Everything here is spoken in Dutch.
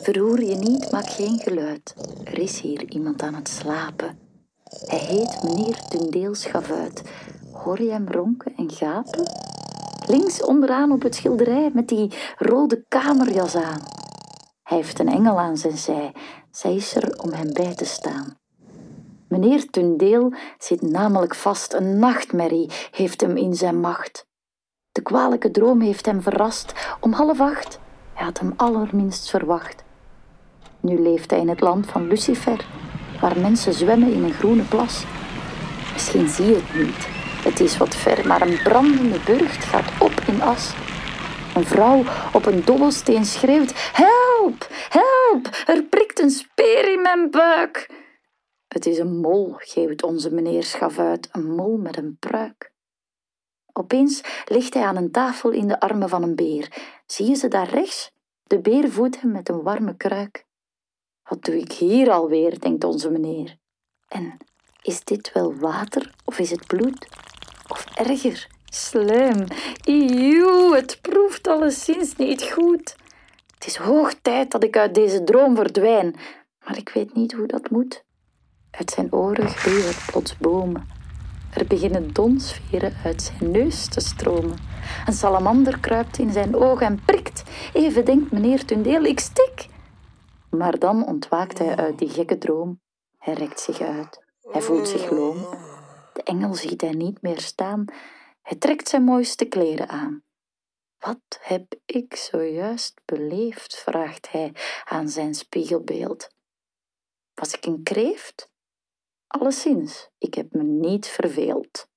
Verroer je niet, maak geen geluid. Er is hier iemand aan het slapen. Hij heet meneer Tundeel Schavuit. Hoor je hem ronken en gapen? Links onderaan op het schilderij met die rode kamerjas aan. Hij heeft een engel aan zijn zij. Zij is er om hem bij te staan. Meneer Tundeel zit namelijk vast. Een nachtmerrie heeft hem in zijn macht. De kwalijke droom heeft hem verrast. Om 7:30. Hij had hem allerminst verwacht. Nu leeft hij in het land van Lucifer, waar mensen zwemmen in een groene plas. Misschien zie je het niet. Het is wat ver, maar een brandende burcht gaat op in as. Een vrouw op een dobbelsteen schreeuwt: help, help, er prikt een speer in mijn buik. Het is een mol, geeuwt onze meneer Schavuit, een mol met een pruik. Opeens ligt hij aan een tafel in de armen van een beer. Zie je ze daar rechts? De beer voedt hem met een warme kruik. Wat doe ik hier alweer, denkt onze meneer. En is dit wel water of is het bloed? Of erger, slijm. Ioe, het proeft alleszins niet goed. Het is hoog tijd dat ik uit deze droom verdwijn, maar ik weet niet hoe dat moet. Uit zijn oren groeien plots bomen. Er beginnen donsveren uit zijn neus te stromen. Een salamander kruipt in zijn oog en prikt. Even denkt meneer Tundeel, ik stik. Maar dan ontwaakt hij uit die gekke droom. Hij rekt zich uit. Hij voelt zich loom. De engel ziet hij niet meer staan. Hij trekt zijn mooiste kleren aan. Wat heb ik zojuist beleefd, vraagt hij aan zijn spiegelbeeld. Was ik een kreeft? Alleszins, ik heb me niet verveeld.